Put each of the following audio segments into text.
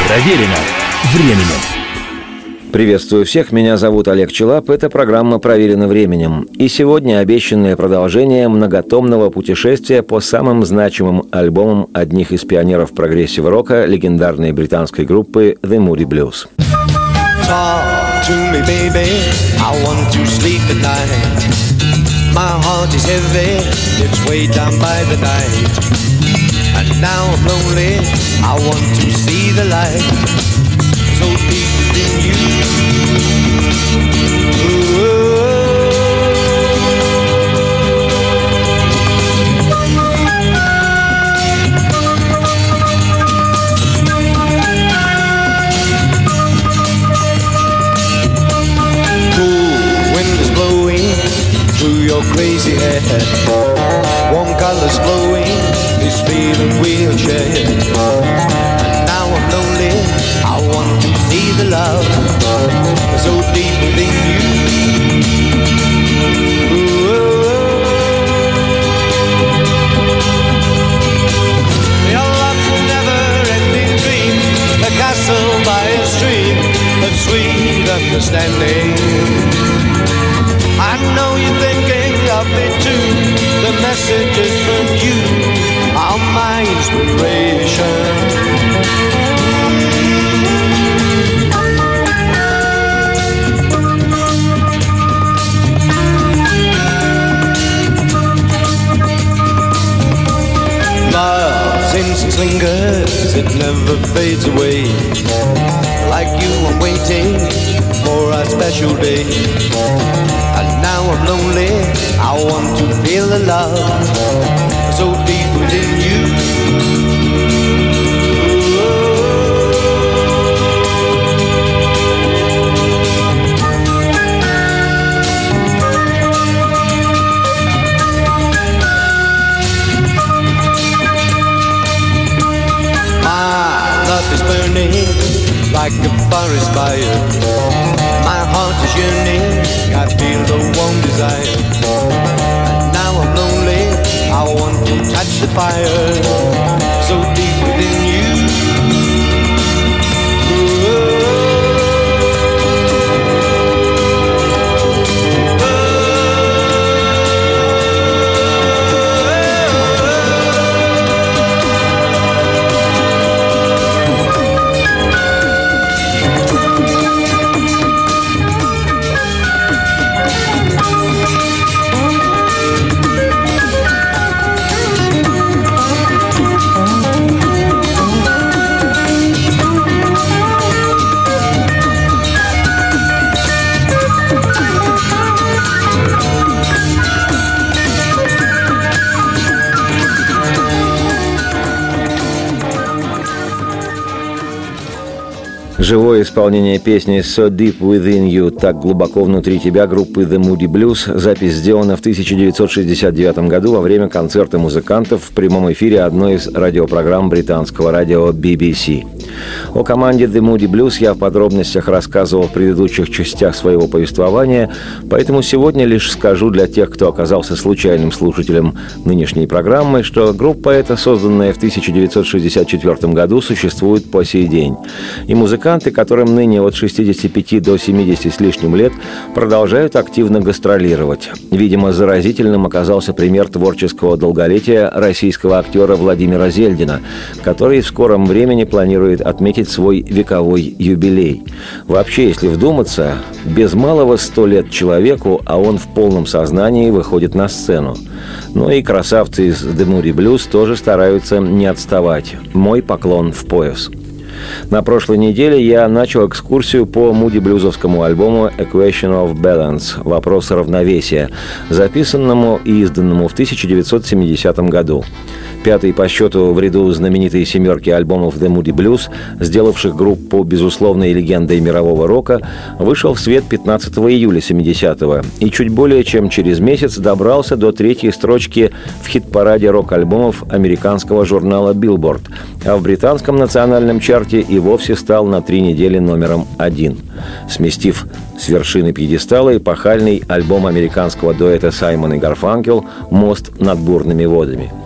Проверено временем. Приветствую всех, меня зовут Олег Челап, это программа «Проверено временем». И сегодня обещанное продолжение многотомного путешествия по самым значимым альбомам одних из пионеров прогрессив-рока легендарной британской группы The Moody Blues. Talk to me, baby. I want to sleep at night. My heart is heavy, it's weighed down by the night. And now I'm lonely, I want to see the light. So deep within you. Cool wind is blowing through your crazy head. Warm colors flowing, this feeling we'll share. And now I'm lonely, I want to see the love so deep within you. Your love's a never-ending dream, a castle by a stream of sweet understanding. I know you're thinking of me too. The message is from you, are my inspiration. Love, since it lingers, it never fades away. Like you, I'm waiting for a special day. And now I'm lonely, I want to feel the love so deep within you. My love is burning like a forest fire. My heart is yearning, I feel the warm desire. And now I'm lonely, I want to touch the fire so deep within you. Живое исполнение песни «So Deep Within You» «Так глубоко внутри тебя» группы The Moody Blues. Запись сделана в 1969 году во время концерта музыкантов в прямом эфире одной из радиопрограмм британского радио BBC. О команде The Moody Blues я в подробностях рассказывал в предыдущих частях своего повествования, поэтому сегодня лишь скажу для тех, кто оказался случайным слушателем нынешней программы, что группа эта, созданная в 1964 году, существует по сей день. И музыканты, которым ныне от 65 до 70 с лишним лет, продолжают активно гастролировать. Видимо, заразительным оказался пример творческого долголетия российского актера Владимира Зельдина, который в скором времени планирует отметить свой вековой юбилей. Вообще, если вдуматься, без малого 100 лет человеку, а он в полном сознании выходит на сцену. Ну и красавцы из The Moody Blues тоже стараются не отставать. Мой поклон в пояс. На прошлой неделе я начал экскурсию по муди-блюзовскому альбому «A Question of Balance» «Вопрос равновесия», записанному и изданному в 1970 году. Пятый по счету в ряду знаменитой семерки альбомов The Moody Blues, сделавших группу безусловной легендой мирового рока, вышел в свет 15 июля 70-го и чуть более чем через месяц добрался до третьей строчки в хит-параде рок-альбомов американского журнала Billboard, а в британском национальном чарте и вовсе стал на 3 недели номером 1, сместив с вершины пьедестала эпохальный альбом американского дуэта Саймон и Гарфанкел «Мост над бурными водами».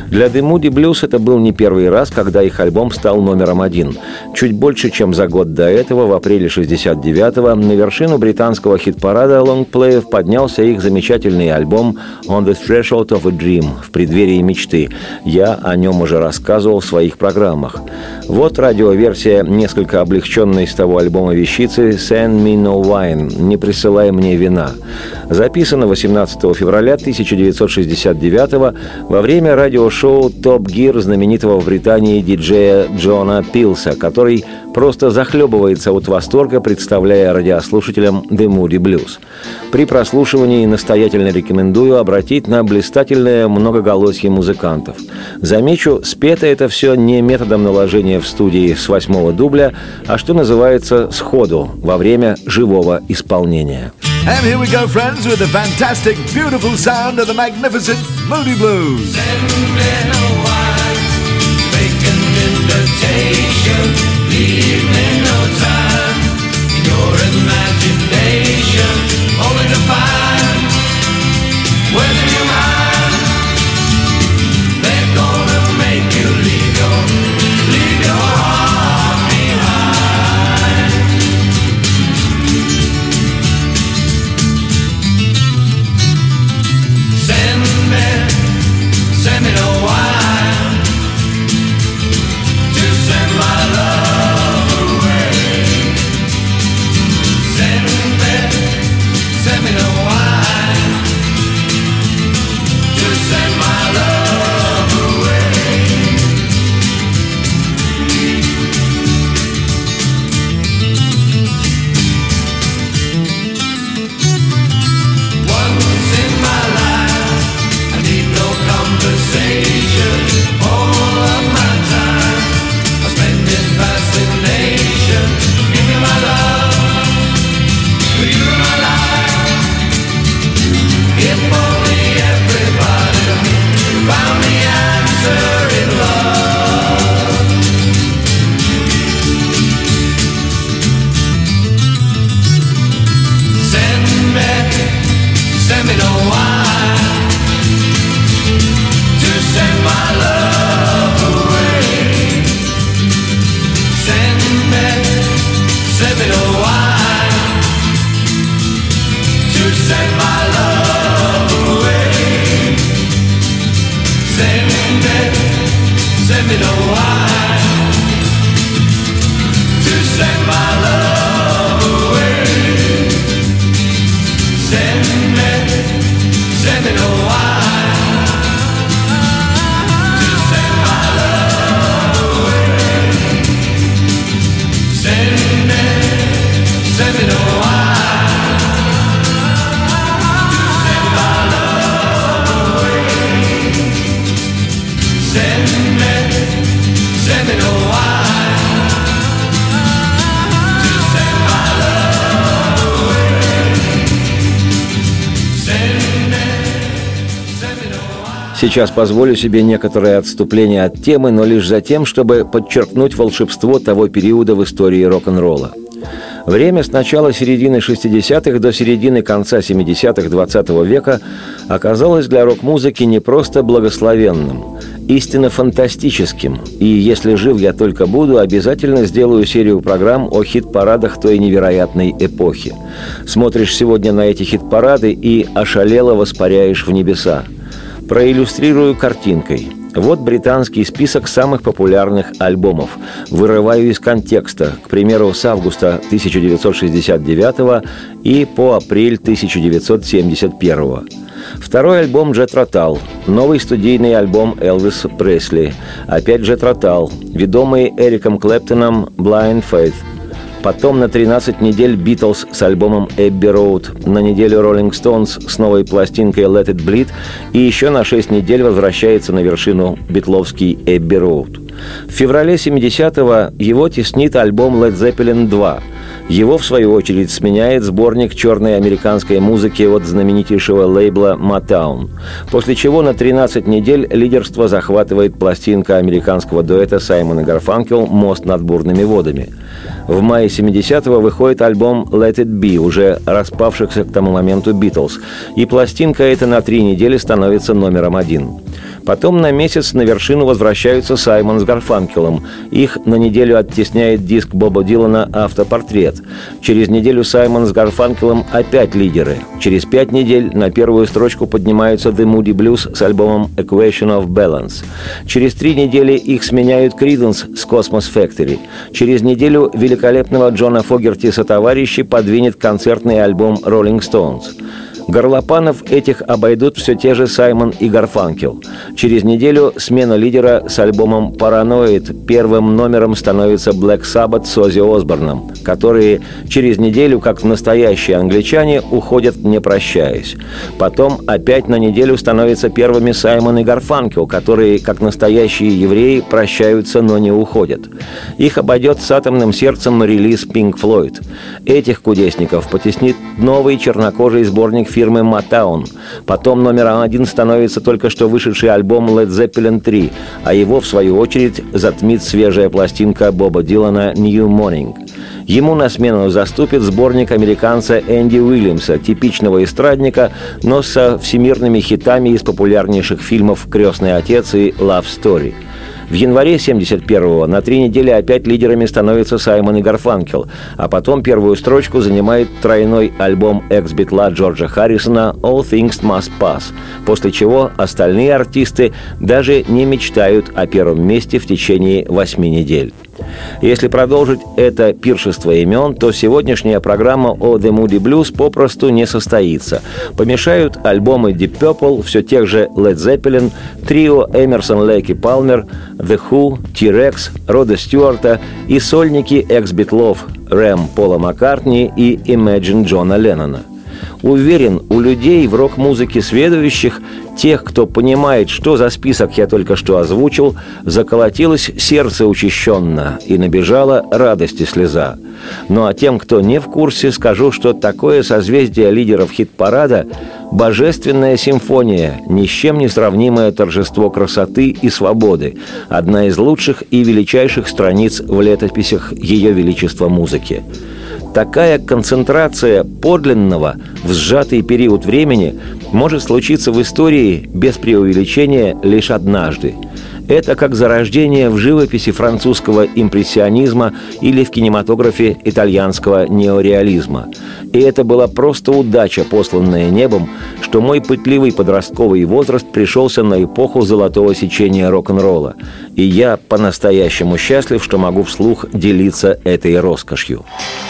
Для The Moody Blues это был не первый раз, когда их альбом стал номером 1. Чуть больше, чем за год до этого, в апреле 1969-го, на вершину британского хит-парада лонгплеев поднялся их замечательный альбом «On the Threshold of a Dream» — «В преддверии мечты». Я о нем уже рассказывал в своих программах. Вот радиоверсия несколько облегченной с того альбома вещицы «Send Me No Wine» — «Не присылай мне вина». Записана 18 февраля 1969-го во время радиошоу «Топ Гир» знаменитого в Британии диджея Джона Пилса, который просто захлебывается от восторга, представляя радиослушателям The Moody Blues. При прослушивании настоятельно рекомендую обратить на блистательное многоголосье музыкантов. Замечу, спето это все не методом наложения в студии с 8-го дубля, а что называется сходу, во время живого исполнения. And here we go, friends, with the fantastic, beautiful sound of the magnificent Moody Blues. Send me no wine, make an invitation, leave me no time, in your imagination, only to find where's in your mind, they're gonna make you leave your heart behind. Send me no wine to send my love away. Send me no wine to send my love away. Once in my life I need no conversation, all of my time I spend in fascination. Give me my love, you are my life. If only everybody found the answer in love. Send me no wine to send my love away. Send me no wine to send my love away. Send me no wine to send my love away. Send me no wine to send my love away. Send me no wine to send my love away. Send me no wine to send my love away. Send me no wine. Сейчас позволю себе некоторое отступление от темы, но лишь за тем, чтобы подчеркнуть волшебство того периода в истории рок-н-ролла. Время с начала середины 60-х до середины конца 70-х 20 века оказалось для рок-музыки не просто благословенным, истинно фантастическим. И если жив я только буду, обязательно сделаю серию программ о хит-парадах той невероятной эпохи. Смотришь сегодня на эти хит-парады и ошалело воспаряешь в небеса. Проиллюстрирую картинкой. Вот британский список самых популярных альбомов. Вырываю из контекста, к примеру, с августа 1969 и по апрель 1971. Второй альбом Джethro Tull, новый студийный альбом Элвис Пресли, опять Джethro Tull, ведомый Эриком Клэптоном «Blind Faith». Потом на 13 недель Битлз с альбомом «Abbey Road», на неделю Rolling Stones с новой пластинкой «Let It Bleed» и еще на 6 недель возвращается на вершину битловский «Abbey Road». В феврале 70-го его теснит альбом «Led Zeppelin 2». Его, в свою очередь, сменяет сборник черной американской музыки от знаменитейшего лейбла Motown. После чего на 13 недель лидерство захватывает пластинка американского дуэта Саймон и Гарфанкел «Мост над бурными водами». В мае 70-го выходит альбом «Let It Be», уже распавшихся к тому моменту «Битлз», и пластинка эта на 3 недели становится номером 1. Потом на месяц на вершину возвращаются Саймон с Гарфанкелом. Их на неделю оттесняет диск Боба Дилана «Автопортрет». Через неделю Саймон с Гарфанкелом опять лидеры. Через 5 недель на первую строчку поднимаются The Moody Blues с альбомом «Equation of Balance». Через 3 недели их сменяют Creedence с «Cosmos Factory». Через неделю великолепного Джона Фогерти сотоварищи подвинет концертный альбом «Rolling Stones». Горлопанов этих обойдут все те же Саймон и Гарфанкел. Через неделю смена лидера с альбомом «Параноид». Первым номером становится Black Sabbath с Оззи Осборном, которые через неделю, как настоящие англичане, уходят, не прощаясь. Потом опять на неделю становятся первыми Саймон и Гарфанкел, которые, как настоящие евреи, прощаются, но не уходят. Их обойдет с атомным сердцем релиз Pink Floyd. Этих кудесников потеснит новый чернокожий сборник фирмы Motown. Потом номером 1 становится только что вышедший альбом Led Zeppelin 3, а его, в свою очередь, затмит свежая пластинка Боба Дилана «New Morning». Ему на смену заступит сборник американца Энди Уильямса, типичного эстрадника, но со всемирными хитами из популярнейших фильмов «Крестный отец» и «Love Story». В январе 71-го на 3 недели опять лидерами становятся Саймон и Гарфанкел, а потом первую строчку занимает тройной альбом экс-битла Джорджа Харрисона «All Things Must Pass», после чего остальные артисты даже не мечтают о первом месте в течение 8 недель. Если продолжить это пиршество имен, то сегодняшняя программа о The Moody Blues попросту не состоится. Помешают альбомы Deep Purple, все тех же Led Zeppelin, трио Эмерсон, Лейк и Палмер, The Who, T-Rex, Рода Стюарта и сольники экс-битлов Рэм Пола Маккартни и Imagine Джона Леннона. Уверен, у людей в рок-музыке сведущих, тех, кто понимает, что за список я только что озвучил, заколотилось сердце учащенно и набежала радость и слеза. Ну а тем, кто не в курсе, скажу, что такое созвездие лидеров хит-парада – божественная симфония, ни с чем не сравнимое торжество красоты и свободы, одна из лучших и величайших страниц в летописях Ее Величества музыки. Такая концентрация подлинного в сжатый период времени может случиться в истории без преувеличения лишь однажды. Это как зарождение в живописи французского импрессионизма или в кинематографе итальянского неореализма. И это была просто удача, посланная небом, что мой пытливый подростковый возраст пришелся на эпоху золотого сечения рок-н-ролла. И я по-настоящему счастлив, что могу вслух делиться этой роскошью.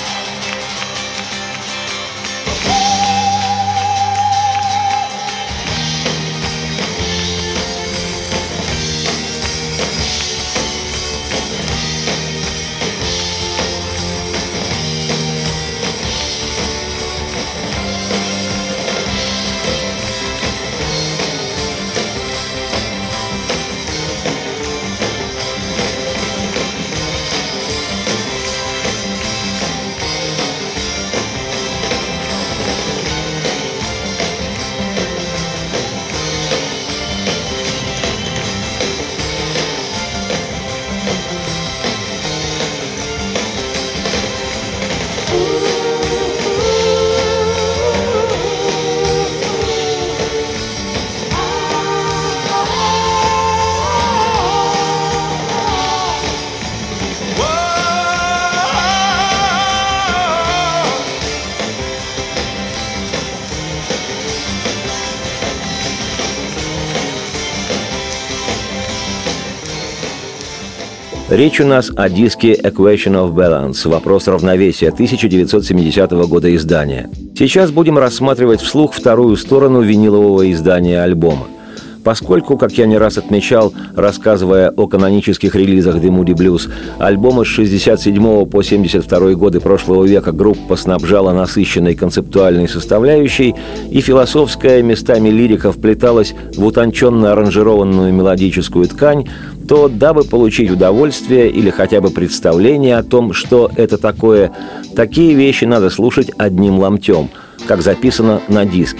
Речь у нас о диске «Equation of Balance» «Вопрос равновесия» 1970 года издания. Сейчас будем рассматривать вслух вторую сторону винилового издания альбома. Поскольку, как я не раз отмечал, рассказывая о канонических релизах The Moody Blues, альбомы с 67 по 72 годы прошлого века группа снабжала насыщенной концептуальной составляющей, и философская местами лирика вплеталась в утонченно аранжированную мелодическую ткань, то, дабы получить удовольствие или хотя бы представление о том, что это такое, такие вещи надо слушать одним ломтем, как записано на диске.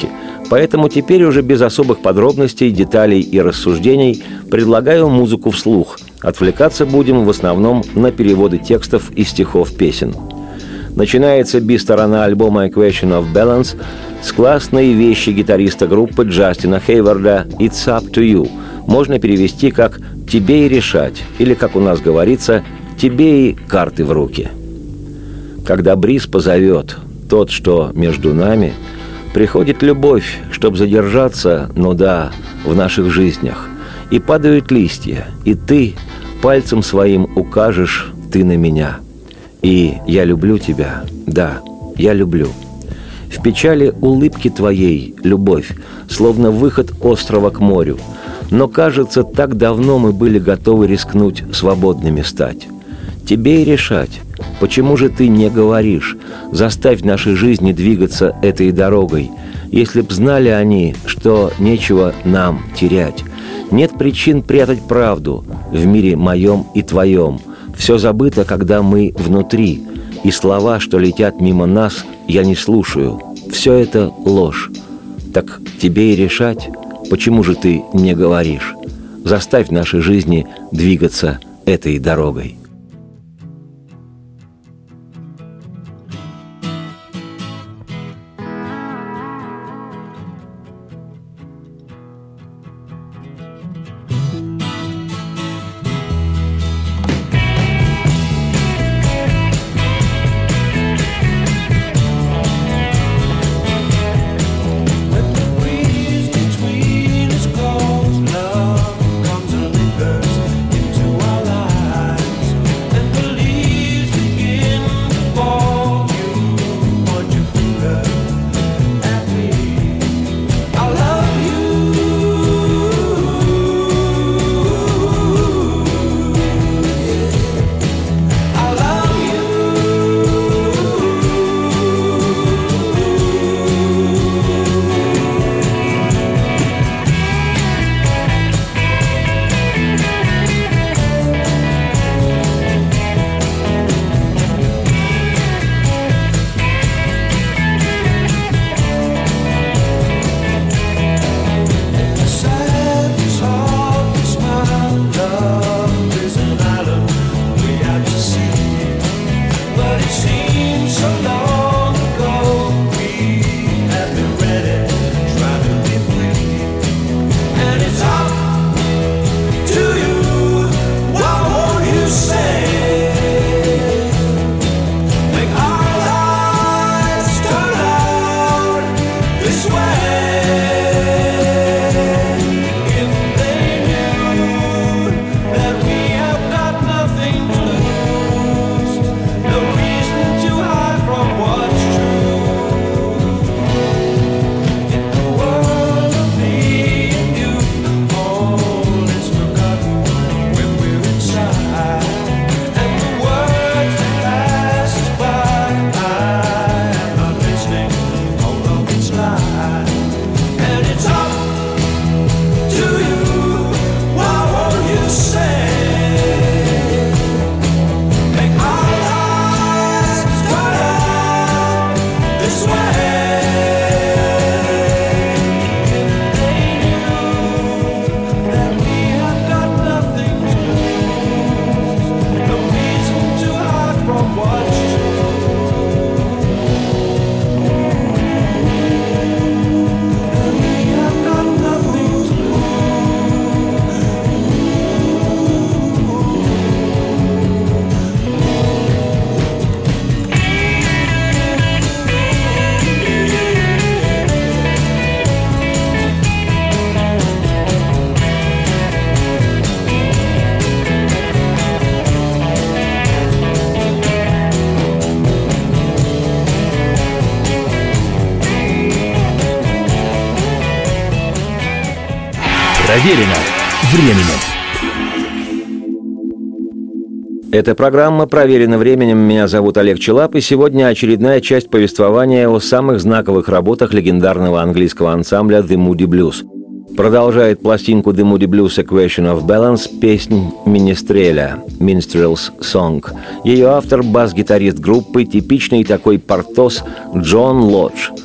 Поэтому теперь уже без особых подробностей, деталей и рассуждений предлагаю музыку вслух. Отвлекаться будем в основном на переводы текстов и стихов песен. Начинается би-сторона альбома «Equation of Balance» с классной вещи гитариста группы Джастина Хейварда «It's up to you». Можно перевести как «тебе и решать» или, как у нас говорится, «тебе и карты в руки». Когда бриз позовет тот, что между нами, приходит любовь, чтоб задержаться, ну да, в наших жизнях. И падают листья, и ты пальцем своим укажешь ты на меня. И я люблю тебя, да, я люблю. В печали улыбки твоей, любовь, словно выход острова к морю. Но, кажется, так давно мы были готовы рискнуть свободными стать. Тебе и решать, почему же ты не говоришь, заставь наши жизни двигаться этой дорогой, если б знали они, что нечего нам терять. Нет причин прятать правду в мире моем и твоем. Все забыто, когда мы внутри, и слова, что летят мимо нас, я не слушаю. Все это ложь. Так тебе и решать, почему же ты не говоришь. Заставь наши жизни двигаться этой дорогой. Проверено временем. Эта программа «Проверено временем». Меня зовут Олег Челап, и сегодня очередная часть повествования о самых знаковых работах легендарного английского ансамбля The Moody Blues. Продолжает пластинку The Moody Blues «Equation of Balance» песнь «Министреля» «Minstrel's Song». Ее автор – бас-гитарист группы, типичный такой портос Джон Лодж.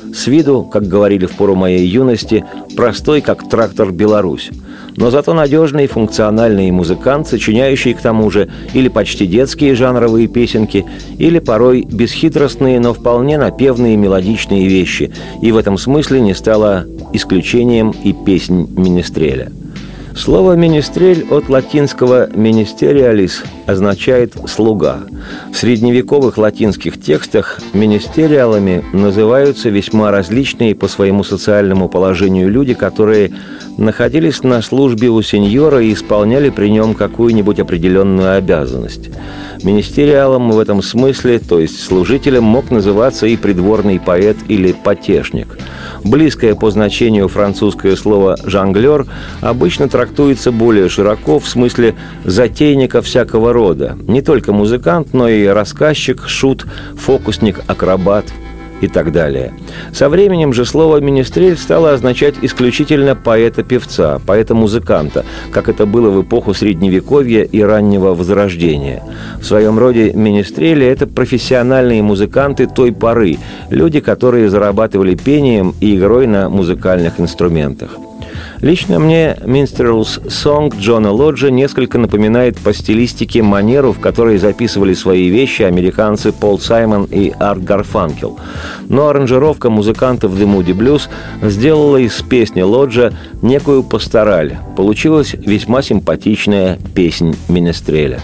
С виду, как говорили в пору моей юности, простой, как трактор «Беларусь». Но зато надежный, функциональный музыкант, сочиняющий к тому же или почти детские жанровые песенки, или порой бесхитростные, но вполне напевные мелодичные вещи. И в этом смысле не стало исключением и песнь Министреля. Слово «министрель» от латинского «ministerialis» означает «слуга». В средневековых латинских текстах министериалами называются весьма различные по своему социальному положению люди, которые находились на службе у сеньора и исполняли при нем какую-нибудь определенную обязанность. Министериалом в этом смысле, то есть служителем, мог называться и придворный поэт или потешник. Близкое по значению французское слово «жонглер» обычно трактуется более широко в смысле затейника всякого рода. Не только музыкант, но и рассказчик, шут, фокусник, акробат и так далее. Со временем же слово «министрель» стало означать исключительно поэта-певца, поэта-музыканта, как это было в эпоху Средневековья и раннего Возрождения. В своем роде министрели – это профессиональные музыканты той поры, люди, которые зарабатывали пением и игрой на музыкальных инструментах. Лично мне «Minstrel's Song» Джона Лоджа несколько напоминает по стилистике манеру, в которой записывали свои вещи американцы Пол Саймон и Арт Гарфанкел. Но аранжировка музыкантов The Moody Blues сделала из песни Лоджа некую пастораль. Получилась весьма симпатичная песнь Министреля.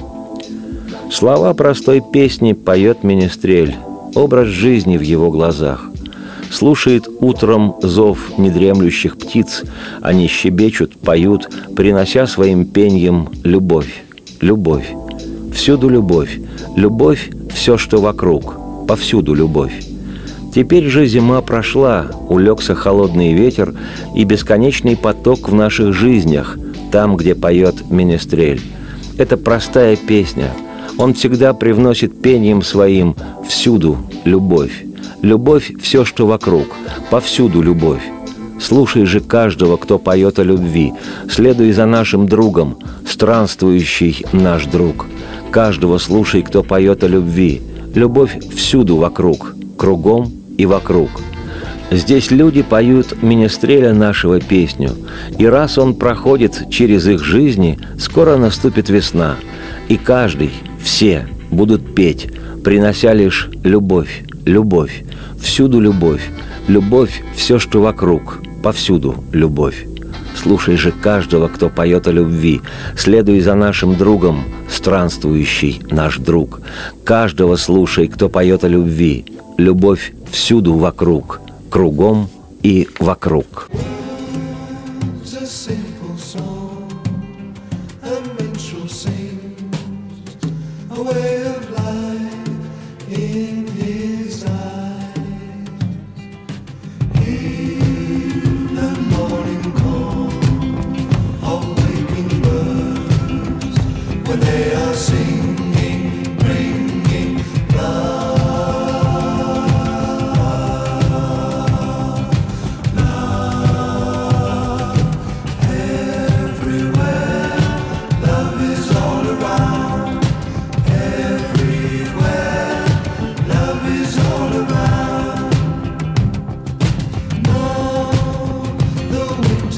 Слова простой песни поет Министрель, образ жизни в его глазах. Слушает утром зов недремлющих птиц. Они щебечут, поют, принося своим пеньем любовь. Любовь. Всюду любовь. Любовь – все, что вокруг. Повсюду любовь. Теперь же зима прошла, улегся холодный ветер и бесконечный поток в наших жизнях, там, где поет Министрель. Это простая песня. Он всегда привносит пением своим всюду любовь. Любовь – все, что вокруг, повсюду любовь. Слушай же каждого, кто поет о любви, следуй за нашим другом, странствующий наш друг. Каждого слушай, кто поет о любви. Любовь всюду вокруг, кругом и вокруг. Здесь люди поют Министреля нашего песню, и раз он проходит через их жизни, скоро наступит весна, и каждый, все будут петь, принося лишь любовь. Любовь, всюду любовь, любовь – все, что вокруг, повсюду любовь. Слушай же каждого, кто поет о любви, следуй за нашим другом, странствующий наш друг. Каждого слушай, кто поет о любви, любовь всюду вокруг, кругом и вокруг.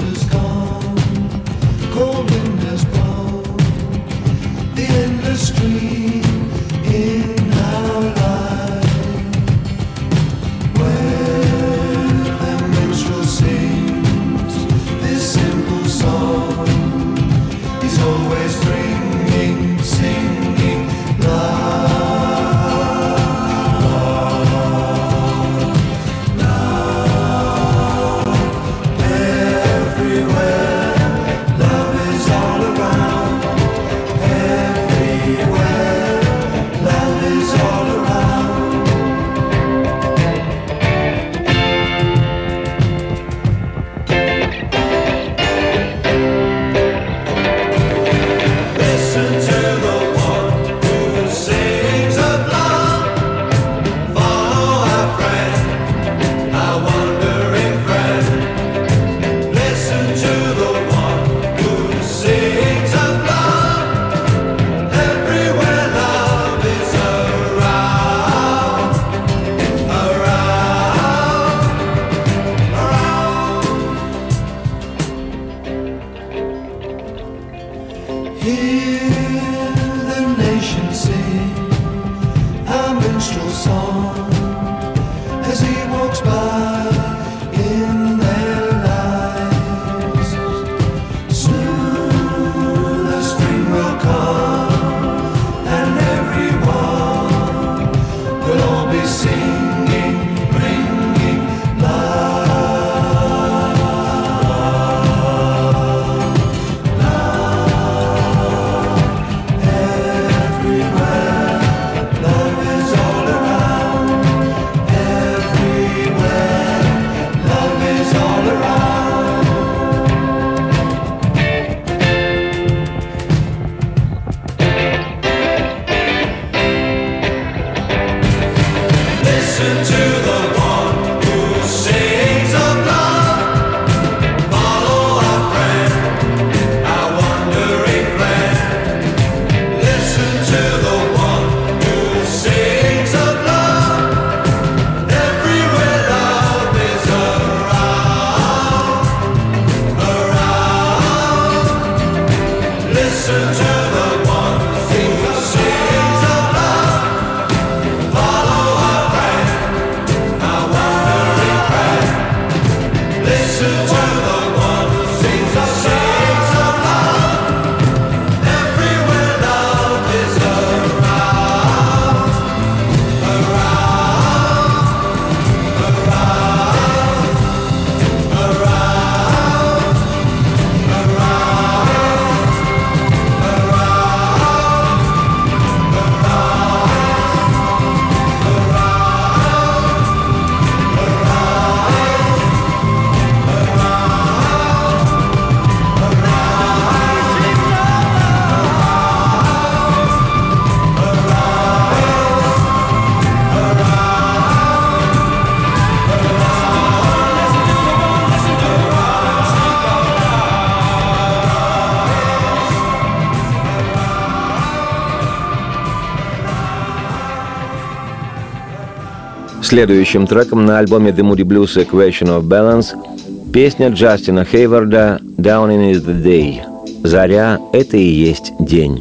Street. Следующим треком на альбоме The Moody Blues Equation of Balance песня Джастина Хейварда «Dawning is the Day». «Заря – это и есть день».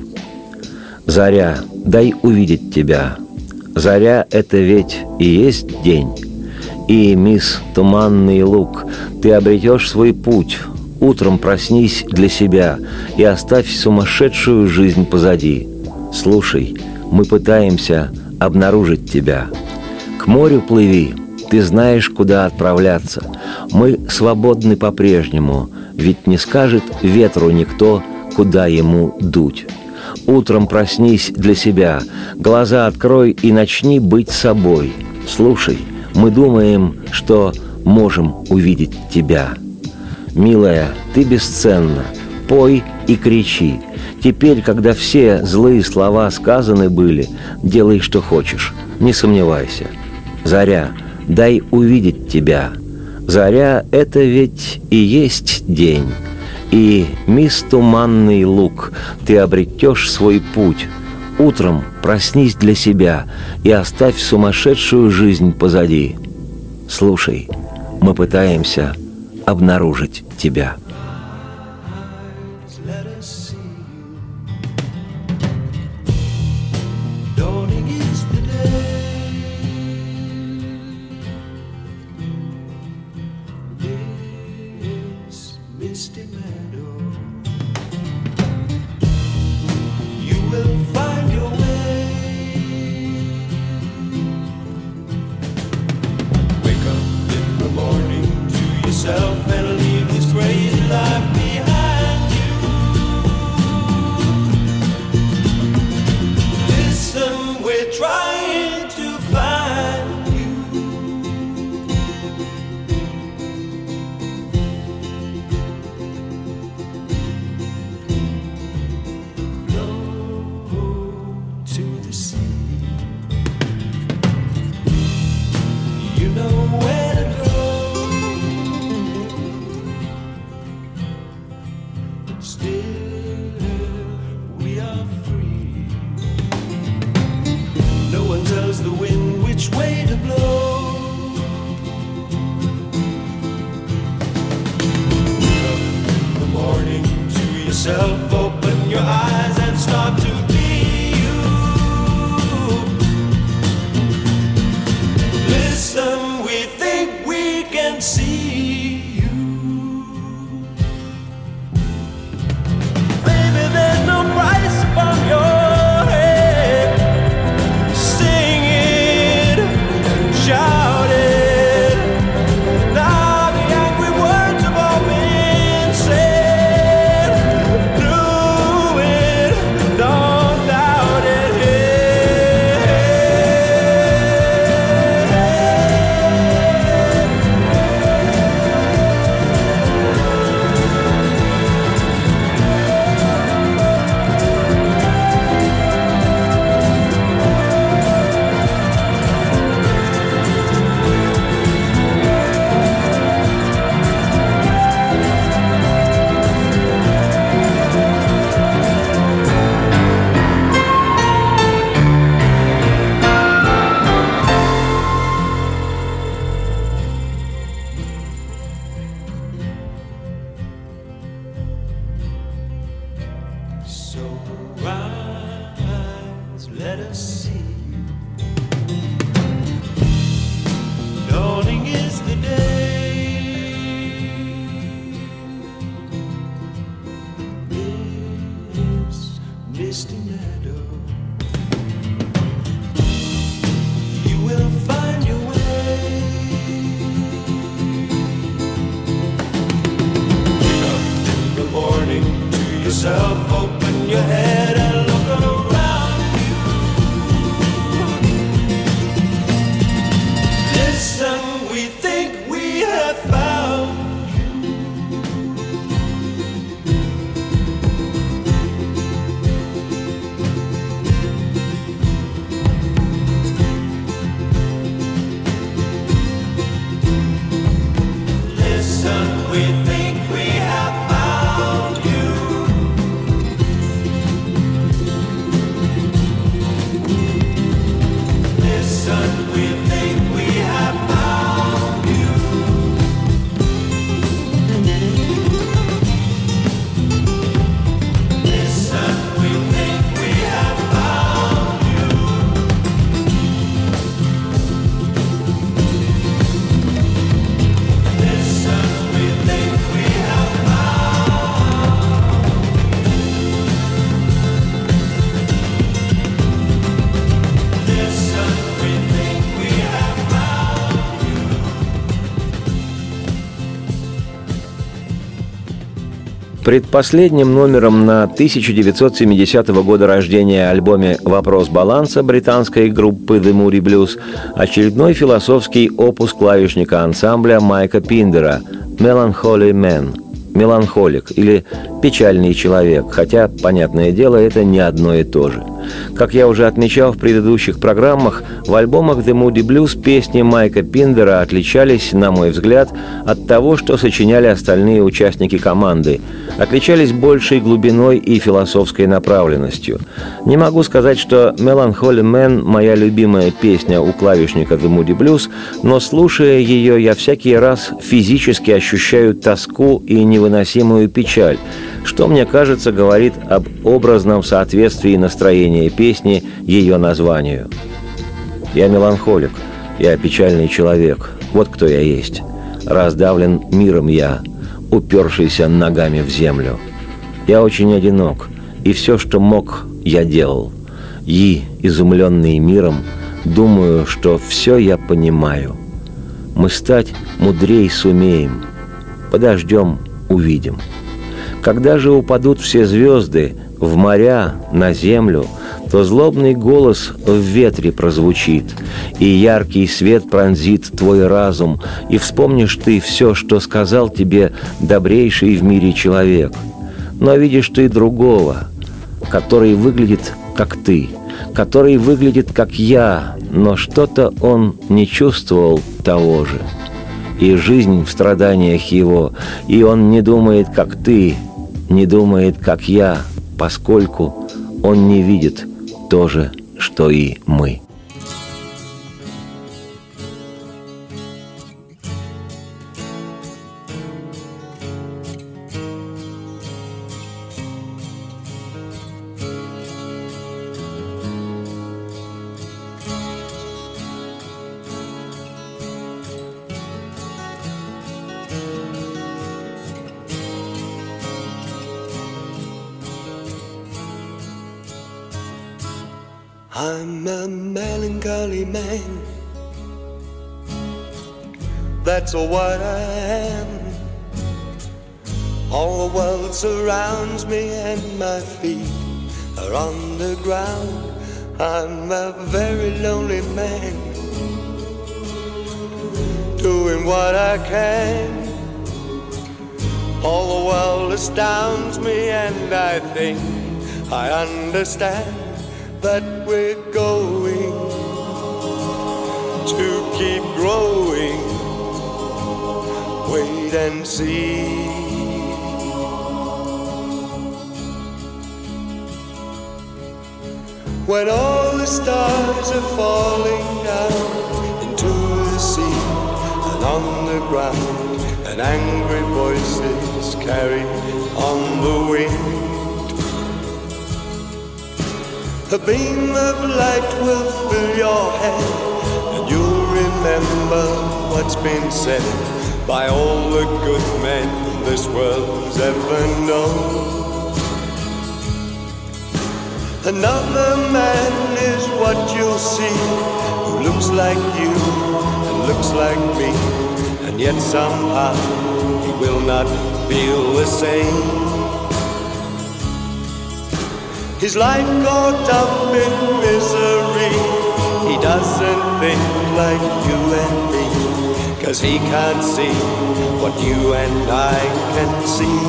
«Заря, дай увидеть тебя». «Заря – это ведь и есть день». И, мисс Туманный луг, ты обретешь свой путь. Утром проснись для себя и оставь сумасшедшую жизнь позади. Слушай, мы пытаемся обнаружить тебя. К морю плыви, ты знаешь, куда отправляться. Мы свободны по-прежнему, ведь не скажет ветру никто, куда ему дуть. Утром проснись для себя, глаза открой и начни быть собой. Слушай, мы думаем, что можем увидеть тебя. Милая, ты бесценна, пой и кричи. Теперь, когда все злые слова сказаны были, делай, что хочешь, не сомневайся. Заря, дай увидеть тебя. Заря – это ведь и есть день. И, мисс Туманный луг, ты обретешь свой путь. Утром проснись для себя и оставь сумасшедшую жизнь позади. Слушай, мы пытаемся обнаружить тебя. And leave this crazy sea. Dawning is the day. This misty meadow, you will find your way. Wake up in the morning to yourself, open your head and look around you. Listen, we think we have found you. Listen, we think we have found you. Listen, we think we have found you. Listen, we think we have found you. Listen, we think we have Listen, we think we have found you. Предпоследним номером на 1970 года рождения альбоме «Вопрос баланса» британской группы The Moody Blues очередной философский опус клавишника ансамбля Майка Пиндера «Melancholy Man» – «Меланхолик» или «Печальный человек», хотя, понятное дело, это не одно и то же. Как я уже отмечал в предыдущих программах, в альбомах The Moody Blues песни Майка Пиндера отличались, на мой взгляд, от того, что сочиняли остальные участники команды, отличались большей глубиной и философской направленностью. Не могу сказать, что «Melancholy Man» — моя любимая песня у клавишника The Moody Blues, но, слушая ее, я всякий раз физически ощущаю тоску и невыносимую печаль, что, мне кажется, говорит об образном соответствии настроения песни ее названию. Я меланхолик, я печальный человек, вот кто я есть. Раздавлен миром я, упершийся ногами в землю. Я очень одинок, и все, что мог, я делал. И, изумленный миром, думаю, что все я понимаю. Мы стать мудрей сумеем, подождем, увидим. Когда же упадут все звезды в моря, на землю, то злобный голос в ветре прозвучит, и яркий свет пронзит твой разум, и вспомнишь ты все, что сказал тебе добрейший в мире человек. Но видишь ты другого, который выглядит как ты, который выглядит как я, но что-то он не чувствовал того же. И жизнь в страданиях его, и он не думает, как ты, не думает, как я, поскольку он не видит то же, что и мы. I'm a melancholy man, that's what I am. All the world surrounds me and my feet are on the ground. I'm a very lonely man, doing what I can. All the world astounds me and I think I understand that we're going to keep growing. Wait and see. When all the stars are falling down into the sea and on the ground, and angry voices carry on the wind, A beam of light will fill your head, and you'll remember what's been said by all the good men this world's ever known. Another man is what you'll see, who looks like you and looks like me, and yet somehow he will not feel the same. His life caught up in misery, he doesn't think like you and me, 'cause he can't see what you and I can see.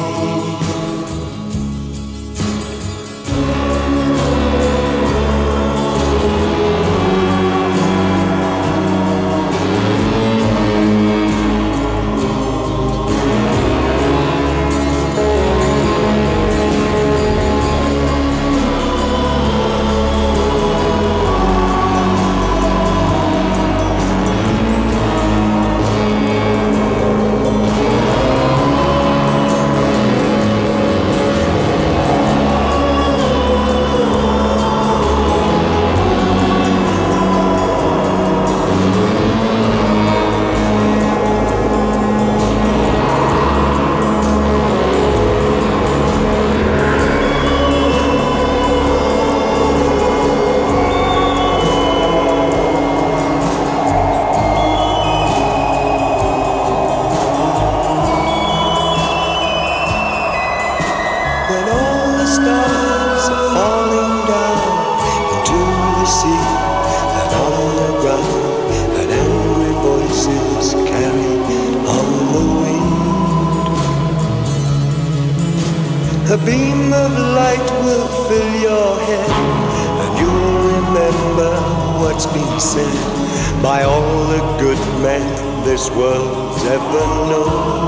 A beam of light will fill your head, and you'll remember what's been said by all the good men this world's ever known.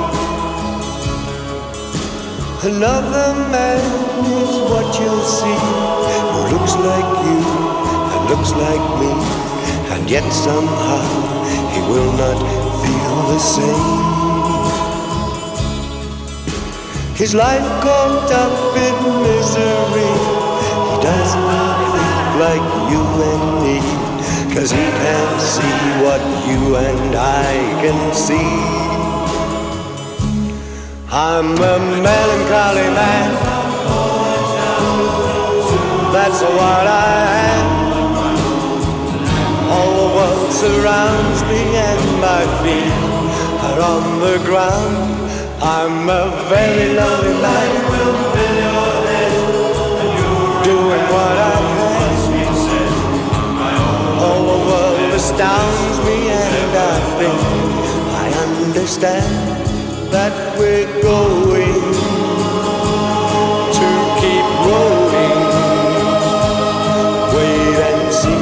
Another man is what you'll see, who looks like you and looks like me, and yet somehow he will not feel the same. His life caught up in misery, he does not think like you and me, 'cause he can't see what you and I can see. I'm a melancholy man, that's what I am. All the world surrounds me and my feet are on the ground. I'm a very lonely man, doing what I can. All the world astounds me and I think I understand that we're going to keep rolling. Wait and see.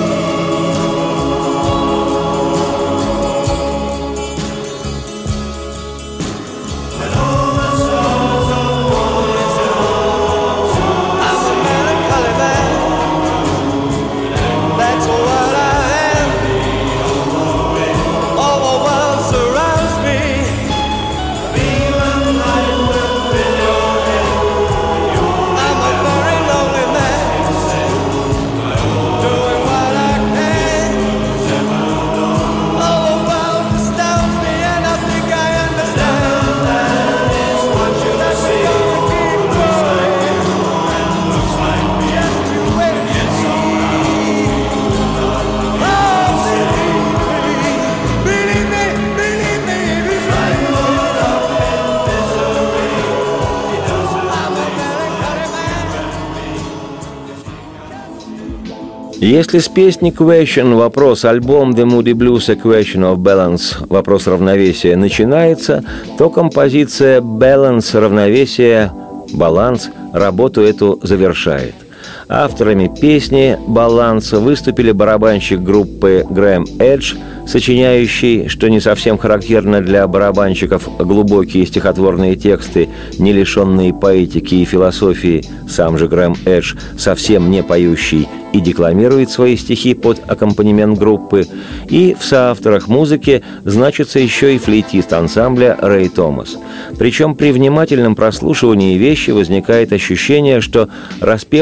Если с песни Question вопрос альбом The Moody Blues A Question of Balance, вопрос равновесия, начинается, то композиция Balance, равновесие, баланс, работу эту завершает. Авторами песни «Баланс» выступили барабанщик группы Грэм Эдж, сочиняющий, что не совсем характерно для барабанщиков, глубокие стихотворные тексты, не лишенные поэтики и философии, сам же Грэм Эдж, совсем не поющий, и декламирует свои стихи под аккомпанемент группы, и в соавторах музыки значится еще и флейтист ансамбля Рэй Томас. Причем при внимательном прослушивании вещи возникает ощущение, что распевно-припевно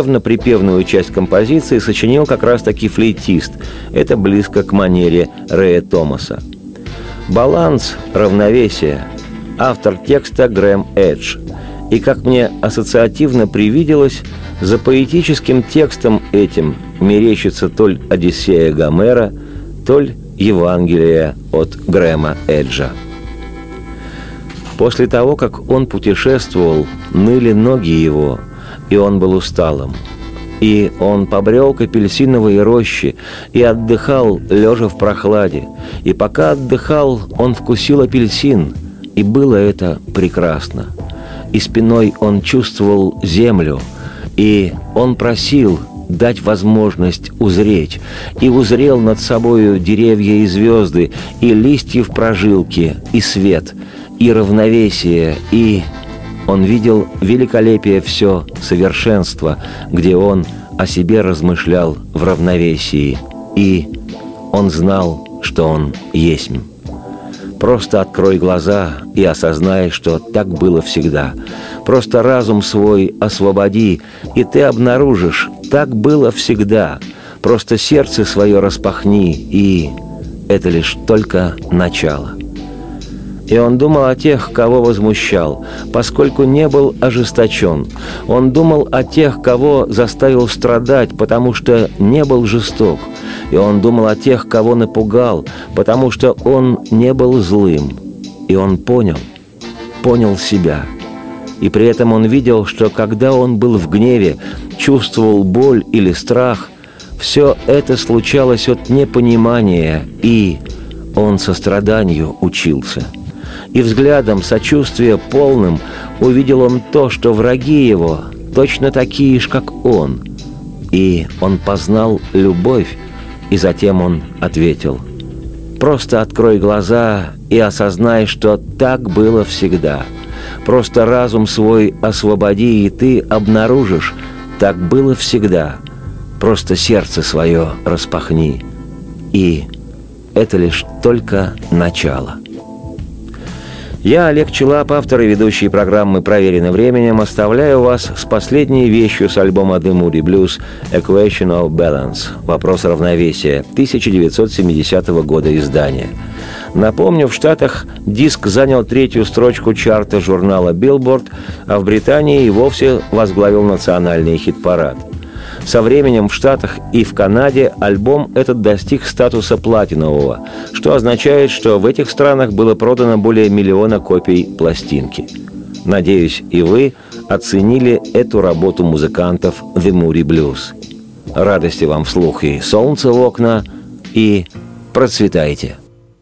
припевную часть композиции сочинил как раз-таки флейтист. Это близко к манере Рэя Томаса. «Баланс, равновесие». Автор текста Грэм Эдж. И, как мне ассоциативно привиделось, за поэтическим текстом этим мерещится то ли Одиссея Гомера, то ли Евангелие от Грэма Эджа. После того, как он путешествовал, ныли ноги его, и он был усталым. И он побрел к апельсиновой роще и отдыхал, лежа в прохладе. И пока отдыхал, он вкусил апельсин, и было это прекрасно. И спиной он чувствовал землю, и он просил дать возможность узреть, и узрел над собою деревья и звезды, и листья в прожилке, и свет, и равновесие, и... Он видел великолепие все совершенство, где он о себе размышлял в равновесии, и он знал, что он есть. Просто открой глаза и осознай, что так было всегда. Просто разум свой освободи, и ты обнаружишь, так было всегда. Просто сердце свое распахни, и это лишь только начало. И он думал о тех, кого возмущал, поскольку не был ожесточен. Он думал о тех, кого заставил страдать, потому что не был жесток. И он думал о тех, кого напугал, потому что он не был злым. И он понял себя. И при этом он видел, что когда он был в гневе, чувствовал боль или страх, все это случалось от непонимания, и он состраданию учился. И взглядом сочувствия полным увидел он то, что враги его точно такие же, как он. И он познал любовь, и затем он ответил: «Просто открой глаза и осознай, что так было всегда. Просто разум свой освободи, и ты обнаружишь, так было всегда. Просто сердце свое распахни, и это лишь только начало». Я, Олег Челап, автор и ведущий программы «Проверено временем», оставляю вас с последней вещью с альбома The Moody Blues «Equation of Balance» – «Вопрос равновесия» 1970 года издания. Напомню, в Штатах диск занял 3-ю строчку чарта журнала Billboard, а в Британии и вовсе возглавил национальный хит-парад. Со временем в Штатах и в Канаде альбом этот достиг статуса платинового, что означает, что в этих странах было продано более 1 миллиона копий пластинки. Надеюсь, и вы оценили эту работу музыкантов The Moody Blues. Радости вам вслух и солнца в окна, и процветайте!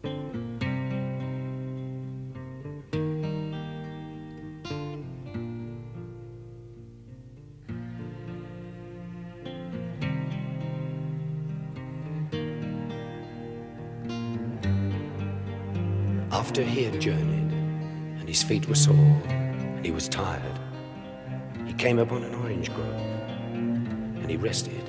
After he had journeyed, and his feet were sore, and he was tired, he came upon an orange grove, and he rested.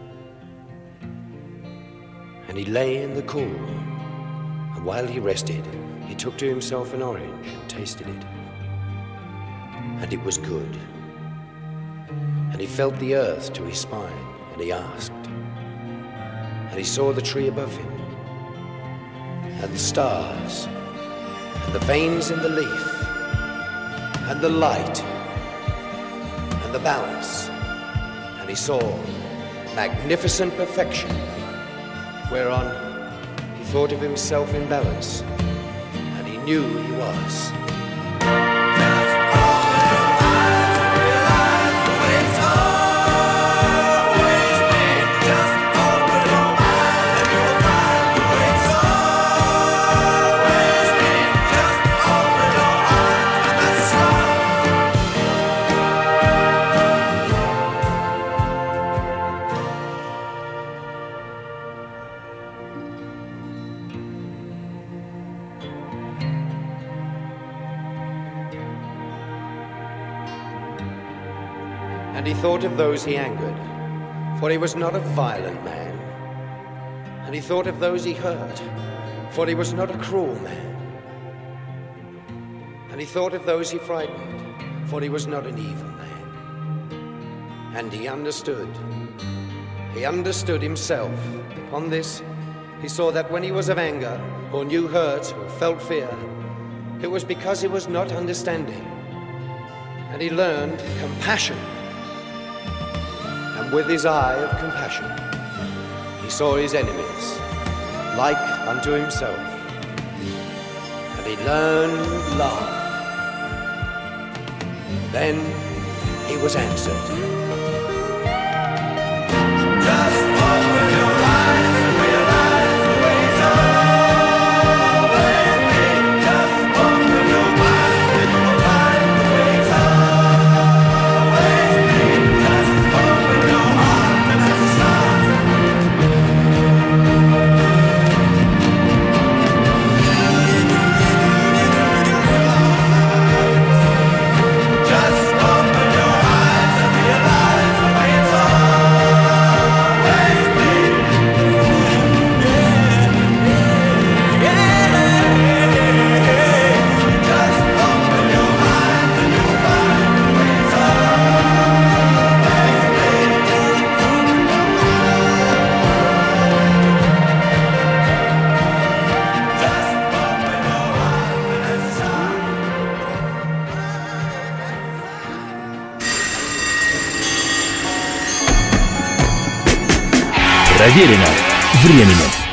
And he lay in the cool, and while he rested, he took to himself an orange and tasted it. And it was good. And he felt the earth to his spine, and he asked. And he saw the tree above him, and the stars, and the veins in the leaf, and the light, and the balance. And he saw magnificent perfection, whereon he thought of himself in balance, and he knew he was. And he thought of those he angered, for he was not a violent man. And he thought of those he hurt, for he was not a cruel man. And he thought of those he frightened, for he was not an evil man. And he understood. He understood himself. Upon this, he saw that when he was of anger, or knew hurt, or felt fear, it was because he was not understanding. And he learned compassion. And with his eye of compassion, he saw his enemies like unto himself. And he learned love. Then he was answered. Just open your eyes and realize the ways always be. Just open your mind and you will find the ways always be. Just open your heart and that's a start. Just open your eyes and realize the ways always be. Just open your mind and you will find the ways always be. Just open your heart and that's a start. Проверено временем.